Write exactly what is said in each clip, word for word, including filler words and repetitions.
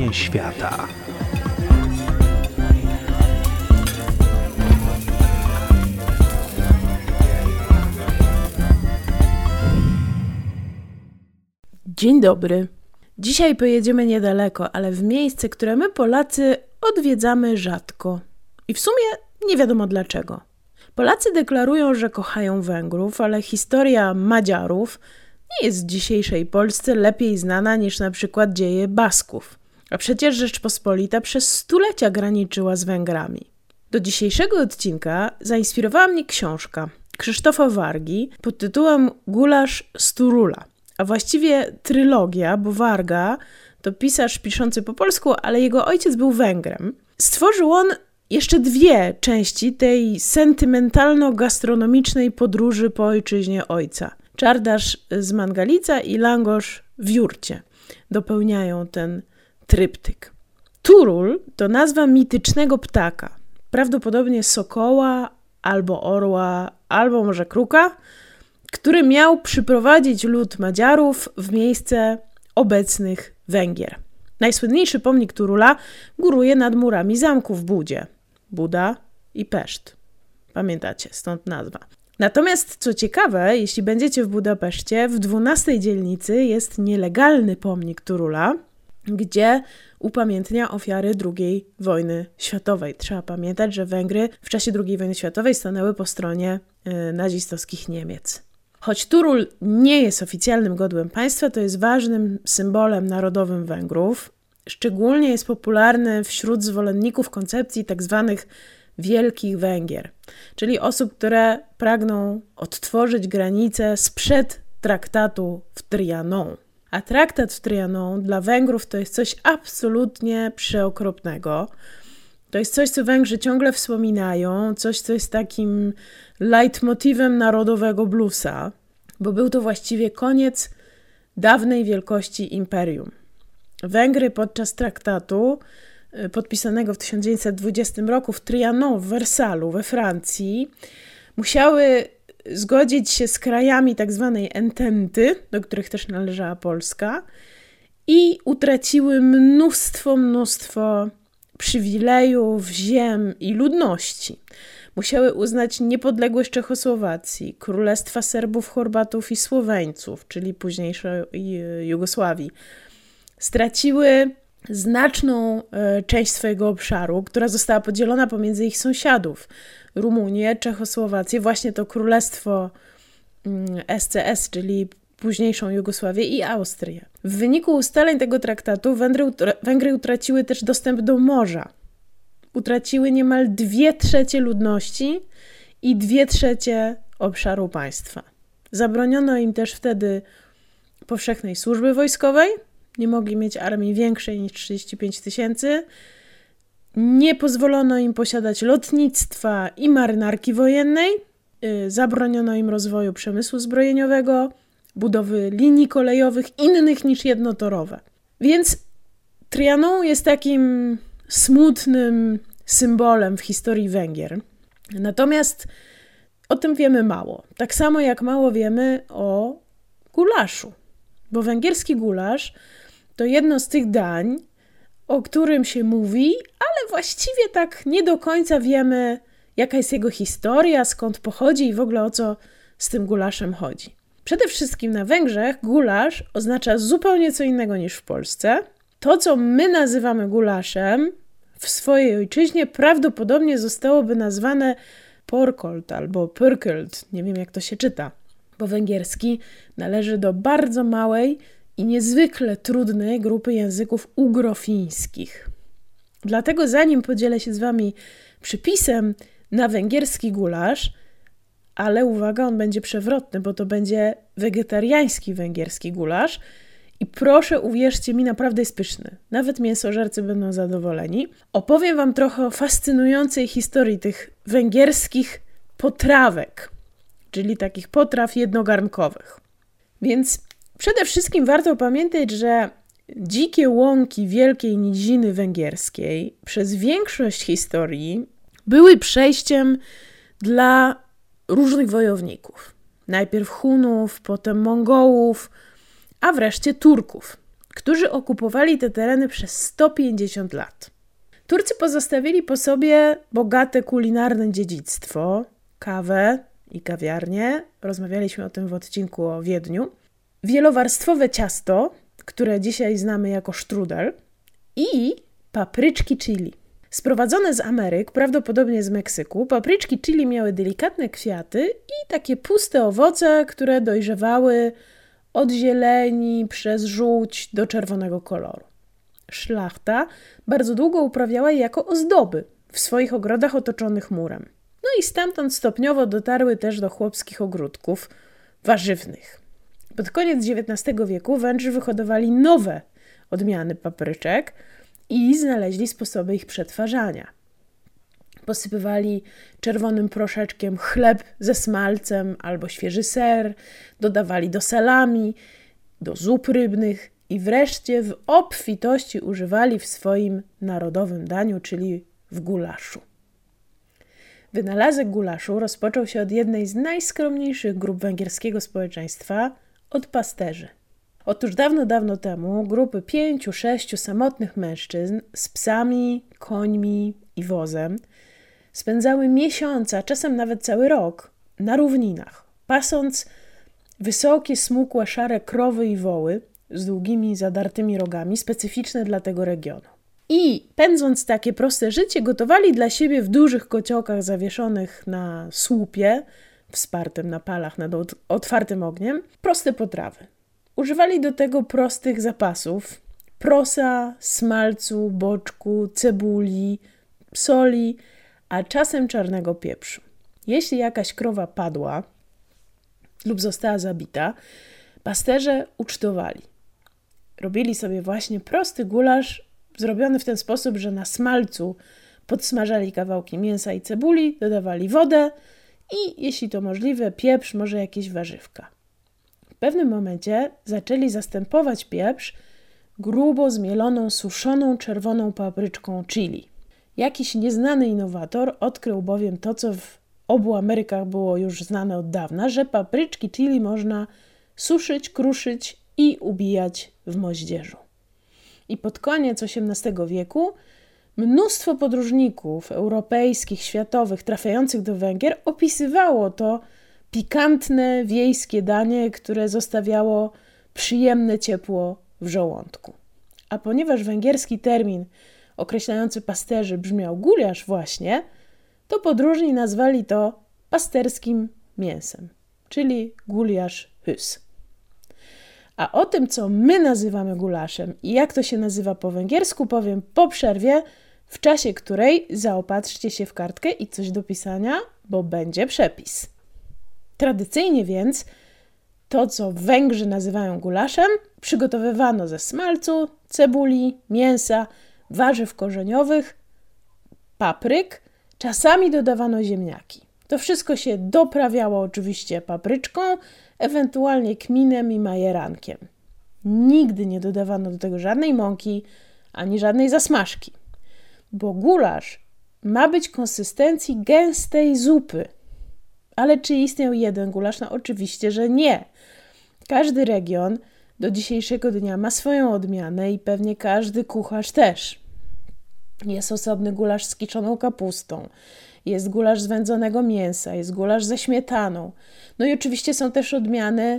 wojnie świata. Dzień dobry. Dzisiaj pojedziemy niedaleko, ale w miejsce, które my Polacy odwiedzamy rzadko. I w sumie nie wiadomo dlaczego. Polacy deklarują, że kochają Węgrów, ale historia Madziarów nie jest w dzisiejszej Polsce lepiej znana niż na przykład dzieje Basków. A przecież Rzeczpospolita przez stulecia graniczyła z Węgrami. Do dzisiejszego odcinka zainspirowała mnie książka Krzysztofa Wargi pod tytułem Gulasz z Turula. A właściwie trylogia, bo Warga to pisarz piszący po polsku, ale jego ojciec był Węgrem. Stworzył on jeszcze dwie części tej sentymentalno-gastronomicznej podróży po ojczyźnie ojca. Czardasz z Mangalica i Langosz w Jurcie dopełniają ten tryptyk. Turul to nazwa mitycznego ptaka, prawdopodobnie sokoła, albo orła, albo może kruka, który miał przyprowadzić lud Madziarów w miejsce obecnych Węgier. Najsłynniejszy pomnik Turula góruje nad murami zamku w Budzie. Buda i Peszt. Pamiętacie, stąd nazwa. Natomiast co ciekawe, jeśli będziecie w Budapeszcie, w dwunastej dzielnicy jest nielegalny pomnik Turula, gdzie upamiętnia ofiary drugiej wojny światowej. Trzeba pamiętać, że Węgry w czasie drugiej wojny światowej stanęły po stronie yy, nazistowskich Niemiec. Choć Turul nie jest oficjalnym godłem państwa, to jest ważnym symbolem narodowym Węgrów. Szczególnie jest popularny wśród zwolenników koncepcji tzw. Wielkich Węgier, czyli osób, które pragną odtworzyć granice sprzed traktatu w Trianon. A traktat w Trianon dla Węgrów to jest coś absolutnie przeokropnego. To jest coś, co Węgrzy ciągle wspominają, coś, co jest takim leitmotivem narodowego bluesa, bo był to właściwie koniec dawnej wielkości imperium. Węgry podczas traktatu podpisanego w tysiąc dziewięćset dwudziestym roku w Trianon w Wersalu we Francji musiały zgodzić się z krajami tak zwanej ententy, do których też należała Polska, i utraciły mnóstwo, mnóstwo przywilejów, ziem i ludności. Musiały uznać niepodległość Czechosłowacji, Królestwa Serbów, Chorwatów i Słoweńców, czyli późniejszej Jugosławii. Straciły znaczną e, część swojego obszaru, która została podzielona pomiędzy ich sąsiadów. Rumunię, Czechosłowację, właśnie to Królestwo mm, S C S, czyli późniejszą Jugosławię i Austrię. W wyniku ustaleń tego traktatu Węgry, Węgry utraciły też dostęp do morza. Utraciły niemal dwie trzecie ludności i dwie trzecie obszaru państwa. Zabroniono im też wtedy powszechnej służby wojskowej. Nie mogli mieć armii większej niż trzydzieści pięć tysięcy. Nie pozwolono im posiadać lotnictwa i marynarki wojennej. Zabroniono im rozwoju przemysłu zbrojeniowego, budowy linii kolejowych innych niż jednotorowe. Więc Trianon jest takim smutnym symbolem w historii Węgier. Natomiast o tym wiemy mało. Tak samo jak mało wiemy o gulaszu. Bo węgierski gulasz to jedno z tych dań, o którym się mówi, ale właściwie tak nie do końca wiemy, jaka jest jego historia, skąd pochodzi i w ogóle o co z tym gulaszem chodzi. Przede wszystkim na Węgrzech gulasz oznacza zupełnie co innego niż w Polsce. To, co my nazywamy gulaszem w swojej ojczyźnie, prawdopodobnie zostałoby nazwane porkolt albo pörkölt, nie wiem jak to się czyta, bo węgierski należy do bardzo małej i niezwykle trudnej grupy języków ugrofińskich. Dlatego zanim podzielę się z wami przypisem na węgierski gulasz, ale uwaga, on będzie przewrotny, bo to będzie wegetariański węgierski gulasz i proszę uwierzcie mi, naprawdę jest pyszny. Nawet mięsożercy będą zadowoleni. Opowiem wam trochę o fascynującej historii tych węgierskich potrawek, czyli takich potraw jednogarnkowych. Więc przede wszystkim warto pamiętać, że dzikie łąki wielkiej niziny węgierskiej przez większość historii były przejściem dla różnych wojowników. Najpierw Hunów, potem Mongołów, a wreszcie Turków, którzy okupowali te tereny przez sto pięćdziesiąt lat. Turcy pozostawili po sobie bogate kulinarne dziedzictwo, kawę i kawiarnię, rozmawialiśmy o tym w odcinku o Wiedniu, wielowarstwowe ciasto, które dzisiaj znamy jako strudel, i papryczki chili. Sprowadzone z Ameryk, prawdopodobnie z Meksyku, papryczki chili miały delikatne kwiaty i takie puste owoce, które dojrzewały od zieleni przez żółć do czerwonego koloru. Szlachta bardzo długo uprawiała je jako ozdoby w swoich ogrodach otoczonych murem. No i stamtąd stopniowo dotarły też do chłopskich ogródków warzywnych. Pod koniec dziewiętnastego wieku Węgrzy wyhodowali nowe odmiany papryczek i znaleźli sposoby ich przetwarzania. Posypywali czerwonym proszeczkiem chleb ze smalcem albo świeży ser, dodawali do salami, do zup rybnych i wreszcie w obfitości używali w swoim narodowym daniu, czyli w gulaszu. Wynalazek gulaszu rozpoczął się od jednej z najskromniejszych grup węgierskiego społeczeństwa, od pasterzy. Otóż dawno, dawno temu grupy pięciu, sześciu samotnych mężczyzn z psami, końmi i wozem spędzały miesiące, a czasem nawet cały rok na równinach, pasąc wysokie, smukłe, szare krowy i woły z długimi, zadartymi rogami, specyficzne dla tego regionu. I pędząc takie proste życie, gotowali dla siebie w dużych kociołkach zawieszonych na słupie, wspartym na palach nad otwartym ogniem, proste potrawy. Używali do tego prostych zapasów: prosa, smalcu, boczku, cebuli, soli, a czasem czarnego pieprzu. Jeśli jakaś krowa padła lub została zabita, pasterze ucztowali. Robili sobie właśnie prosty gulasz zrobiony w ten sposób, że na smalcu podsmażali kawałki mięsa i cebuli, dodawali wodę i, jeśli to możliwe, pieprz, może jakieś warzywka. W pewnym momencie zaczęli zastępować pieprz grubo zmieloną, suszoną, czerwoną papryczką chili. Jakiś nieznany innowator odkrył bowiem to, co w obu Amerykach było już znane od dawna, że papryczki chili można suszyć, kruszyć i ubijać w moździerzu. I pod koniec osiemnastego wieku mnóstwo podróżników europejskich, światowych, trafiających do Węgier opisywało to pikantne, wiejskie danie, które zostawiało przyjemne ciepło w żołądku. A ponieważ węgierski termin określający pasterzy brzmiał gulasz właśnie, to podróżni nazwali to pasterskim mięsem, czyli guliasz hüs. A o tym, co my nazywamy gulaszem i jak to się nazywa po węgiersku, powiem po przerwie, w czasie której zaopatrzcie się w kartkę i coś do pisania, bo będzie przepis. Tradycyjnie więc to, co Węgrzy nazywają gulaszem, przygotowywano ze smalcu, cebuli, mięsa, warzyw korzeniowych, papryk, czasami dodawano ziemniaki. To wszystko się doprawiało oczywiście papryczką, ewentualnie kminem i majerankiem. Nigdy nie dodawano do tego żadnej mąki, ani żadnej zasmażki, bo gulasz ma być konsystencji gęstej zupy. Ale czy istniał jeden gulasz? No oczywiście, że nie. Każdy region do dzisiejszego dnia ma swoją odmianę i pewnie każdy kucharz też. Jest osobny gulasz z kiszoną kapustą, jest gulasz z wędzonego mięsa, jest gulasz ze śmietaną. No i oczywiście są też odmiany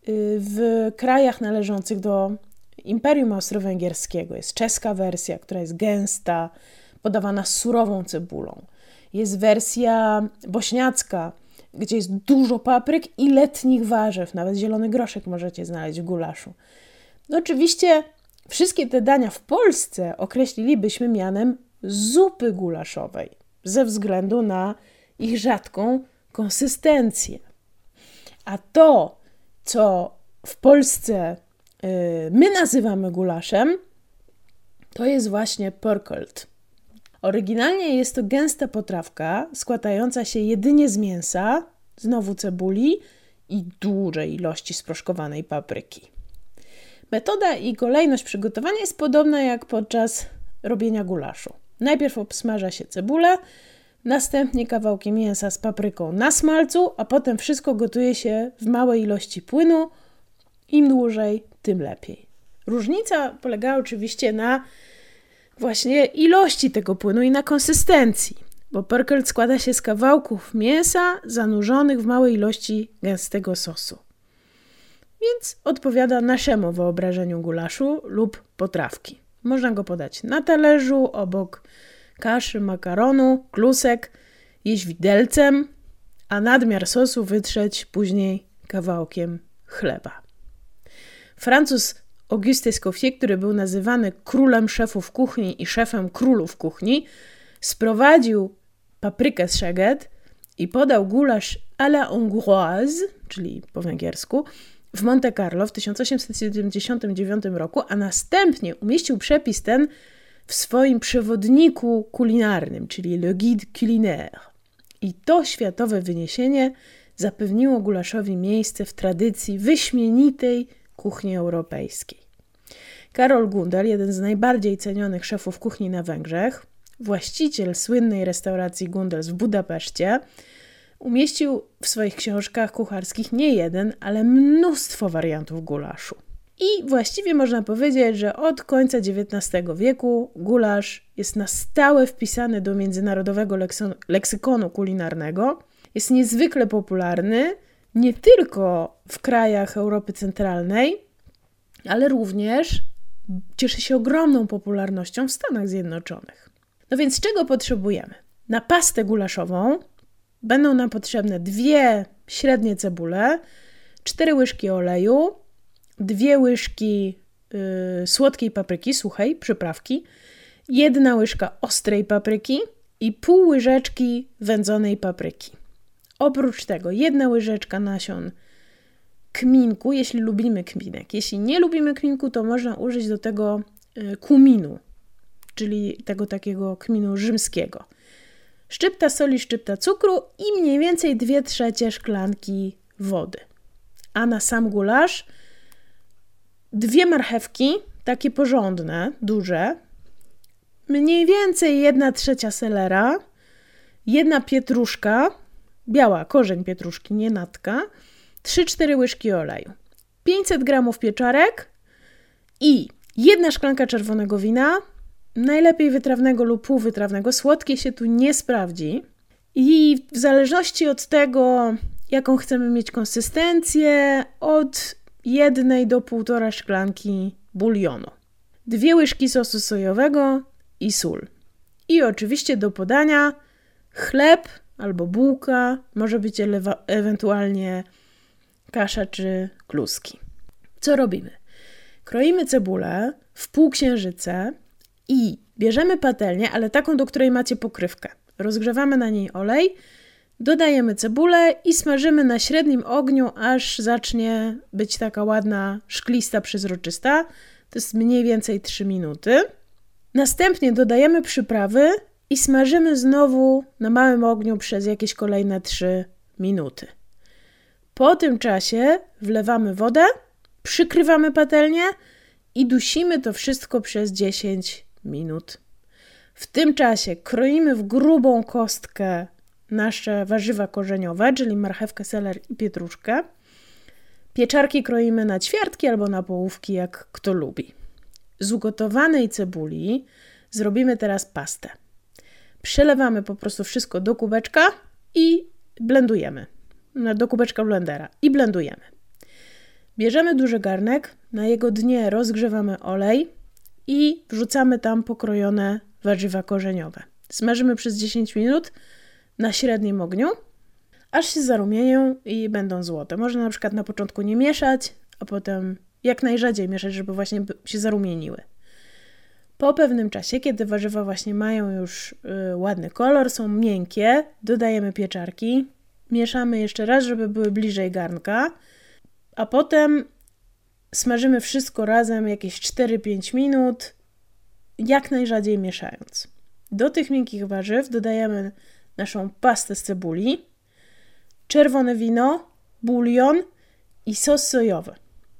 w krajach należących do Imperium Austro-Węgierskiego. Jest czeska wersja, która jest gęsta, podawana z surową cebulą. Jest wersja bośniacka, gdzie jest dużo papryk i letnich warzyw. Nawet zielony groszek możecie znaleźć w gulaszu. No oczywiście wszystkie te dania w Polsce określilibyśmy mianem zupy gulaszowej ze względu na ich rzadką konsystencję. A to, co w Polsce yy, my nazywamy gulaszem, to jest właśnie pörkölt. Oryginalnie jest to gęsta potrawka składająca się jedynie z mięsa, znowu cebuli i dużej ilości sproszkowanej papryki. Metoda i kolejność przygotowania jest podobna jak podczas robienia gulaszu. Najpierw obsmaża się cebulę, następnie kawałki mięsa z papryką na smalcu, a potem wszystko gotuje się w małej ilości płynu. Im dłużej, tym lepiej. Różnica polega oczywiście na właśnie ilości tego płynu i na konsystencji, bo perkel składa się z kawałków mięsa zanurzonych w małej ilości gęstego sosu. Więc odpowiada naszemu wyobrażeniu gulaszu lub potrawki. Można go podać na talerzu, obok kaszy, makaronu, klusek, jeść widelcem, a nadmiar sosu wytrzeć później kawałkiem chleba. Francuz Auguste Escoffier, który był nazywany królem szefów kuchni i szefem królów kuchni, sprowadził paprykę z Szeged i podał gulasz à la hongroise, czyli po węgiersku, w Monte Carlo w tysiąc osiemset siedemdziesiątym dziewiątym roku, a następnie umieścił przepis ten w swoim przewodniku kulinarnym, czyli Le Guide Culinaire. I to światowe wyniesienie zapewniło gulaszowi miejsce w tradycji wyśmienitej kuchni europejskiej. Karol Gundel, jeden z najbardziej cenionych szefów kuchni na Węgrzech, właściciel słynnej restauracji Gundels w Budapeszcie, umieścił w swoich książkach kucharskich nie jeden, ale mnóstwo wariantów gulaszu. I właściwie można powiedzieć, że od końca dziewiętnastego wieku gulasz jest na stałe wpisany do międzynarodowego leksykonu kulinarnego. Jest niezwykle popularny nie tylko w krajach Europy Centralnej, ale również cieszy się ogromną popularnością w Stanach Zjednoczonych. No więc czego potrzebujemy? Na pastę gulaszową będą nam potrzebne dwie średnie cebule, cztery łyżki oleju, dwie łyżki yy, słodkiej papryki, suchej, przyprawki, jedna łyżka ostrej papryki i pół łyżeczki wędzonej papryki. Oprócz tego jedna łyżeczka nasion kminku, jeśli lubimy kminek. Jeśli nie lubimy kminku, to można użyć do tego yy, kuminu, czyli tego takiego kminu rzymskiego. Szczypta soli, szczypta cukru i mniej więcej dwie trzecie szklanki wody. A na sam gulasz dwie marchewki, takie porządne, duże, mniej więcej jedna trzecia selera, jedna pietruszka, biała, korzeń pietruszki, nie natka, trzy cztery łyżki oleju, pięćset gramów pieczarek i jedna szklanka czerwonego wina, najlepiej wytrawnego lub półwytrawnego. Słodkie się tu nie sprawdzi. I w zależności od tego, jaką chcemy mieć konsystencję, od jednej do półtora szklanki bulionu. Dwie łyżki sosu sojowego i sól. I oczywiście do podania chleb albo bułka, może być elewa- ewentualnie kasza czy kluski. Co robimy? Kroimy cebulę w półksiężyce i bierzemy patelnię, ale taką, do której macie pokrywkę. Rozgrzewamy na niej olej, dodajemy cebulę i smażymy na średnim ogniu, aż zacznie być taka ładna, szklista, przezroczysta. To jest mniej więcej trzy minuty. Następnie dodajemy przyprawy i smażymy znowu na małym ogniu przez jakieś kolejne trzy minuty. Po tym czasie wlewamy wodę, przykrywamy patelnię i dusimy to wszystko przez dziesięć minut. W tym czasie kroimy w grubą kostkę nasze warzywa korzeniowe, czyli marchewkę, seler i pietruszkę. Pieczarki kroimy na ćwiartki albo na połówki, jak kto lubi. Z ugotowanej cebuli zrobimy teraz pastę. Przelewamy po prostu wszystko do kubeczka i blendujemy. Do kubeczka blendera i blendujemy. Bierzemy duży garnek, na jego dnie rozgrzewamy olej i wrzucamy tam pokrojone warzywa korzeniowe. Smażymy przez dziesięć minut na średnim ogniu, aż się zarumienią i będą złote. Można na przykład na początku nie mieszać, a potem jak najrzadziej mieszać, żeby właśnie się zarumieniły. Po pewnym czasie, kiedy warzywa właśnie mają już y, ładny kolor, są miękkie, dodajemy pieczarki, mieszamy jeszcze raz, żeby były bliżej garnka, a potem smażymy wszystko razem jakieś cztery pięć minut, jak najrzadziej mieszając. Do tych miękkich warzyw dodajemy naszą pastę z cebuli, czerwone wino, bulion i sos sojowy.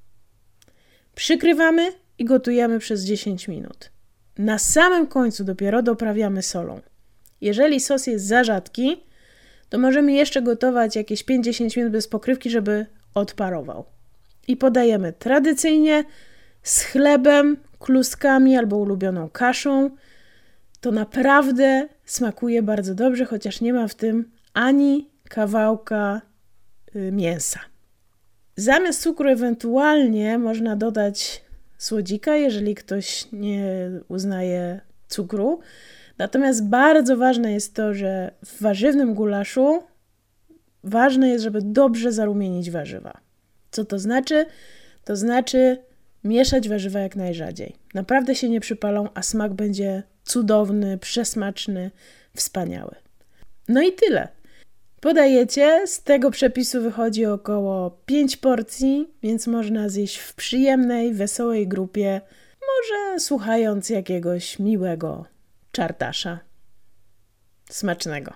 Przykrywamy i gotujemy przez dziesięć minut. Na samym końcu dopiero doprawiamy solą. Jeżeli sos jest za rzadki, to możemy jeszcze gotować jakieś pięć do dziesięciu minut bez pokrywki, żeby odparował. I podajemy tradycyjnie z chlebem, kluskami albo ulubioną kaszą. To naprawdę smakuje bardzo dobrze, chociaż nie ma w tym ani kawałka y, mięsa. Zamiast cukru ewentualnie można dodać słodzika, jeżeli ktoś nie uznaje cukru. Natomiast bardzo ważne jest to, że w warzywnym gulaszu ważne jest, żeby dobrze zarumienić warzywa. Co to znaczy? To znaczy mieszać warzywa jak najrzadziej. Naprawdę się nie przypalą, a smak będzie cudowny, przesmaczny, wspaniały. No i tyle. Podajecie, z tego przepisu wychodzi około pięć porcji, więc można zjeść w przyjemnej, wesołej grupie, może słuchając jakiegoś miłego czartasza. Smacznego.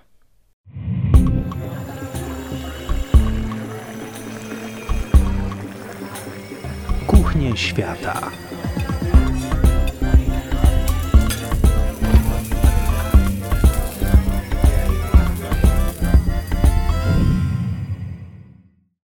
Kuchnie świata.